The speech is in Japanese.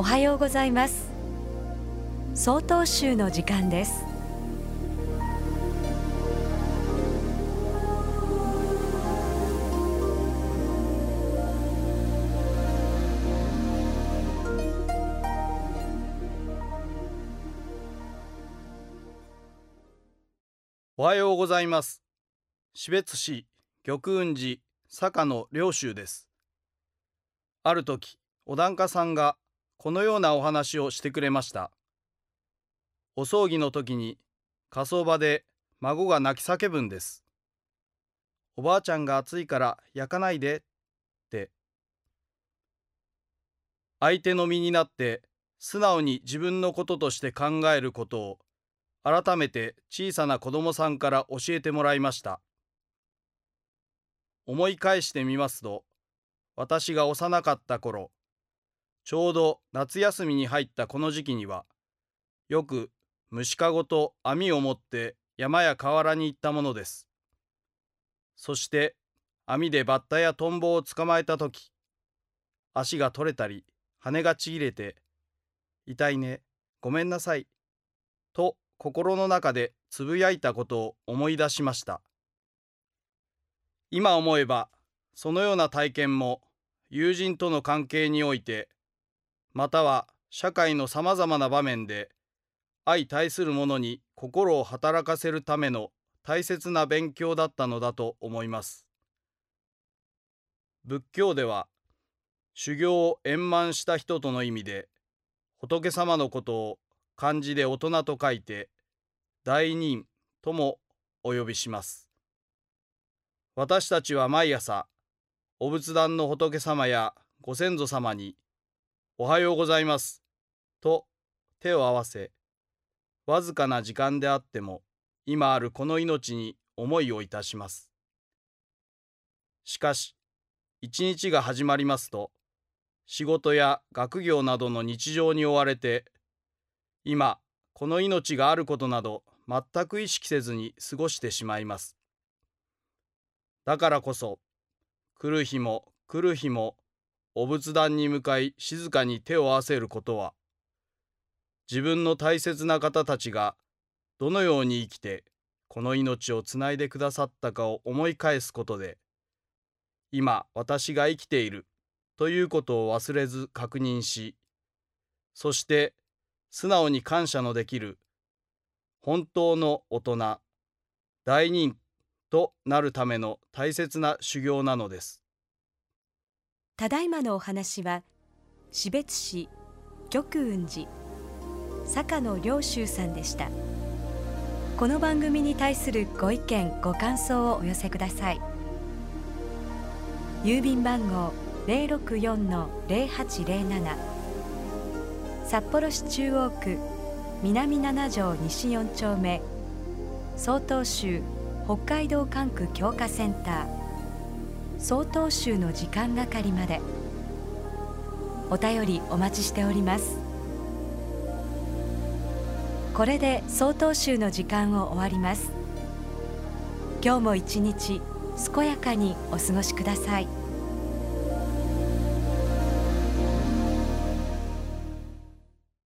おはようございます。総統集の時間です。 おはようございます。士別市玉雲寺坂野良州です。ある時、お檀家さんがこのようなお話をしてくれました。お葬儀の時に火葬場で孫が泣き叫ぶんです。おばあちゃんが暑いから焼かないでって。相手の身になって素直に自分のこととして考えることを改めて小さな子供さんから教えてもらいました。思い返してみますと、私が幼かった頃、ちょうど夏休みに入ったこの時期には、よく虫かごと網を持って山や河原に行ったものです。そして網でバッタやトンボを捕まえたとき、足が取れたり羽がちぎれて、痛いね、ごめんなさい、と心の中でつぶやいたことを思い出しました。今思えば、そのような体験も友人との関係において、または社会のさまざまな場面で、相対する者に心を働かせるための大切な勉強だったのだと思います。仏教では、修行を円満した人との意味で、仏様のことを漢字で大人と書いて、大人ともお呼びします。私たちは毎朝、お仏壇の仏様やご先祖様に、おはようございます、と手を合わせ、わずかな時間であっても、今あるこの命に思いをいたします。しかし、一日が始まりますと、仕事や学業などの日常に追われて、今、この命があることなど全く意識せずに過ごしてしまいます。だからこそ、来る日も来る日もお仏壇に向かい静かに手を合わせることは、自分の大切な方たちがどのように生きてこの命をつないでくださったかを思い返すことで、今私が生きているということを忘れず確認し、そして素直に感謝のできる本当の大人、大人となるための大切な修行なのです。 ただいまのお話は、士別市玉雲寺坂野良州さんでした。この番組に対するご意見ご感想をお寄せください。郵便番号 064-0807 札幌市中央区南7条西4丁目、曹洞宗北海道管区強化センター曹洞宗の時間係まで。お便りお待ちしております。これで曹洞宗の時間を終わります。今日も一日健やかにお過ごしください。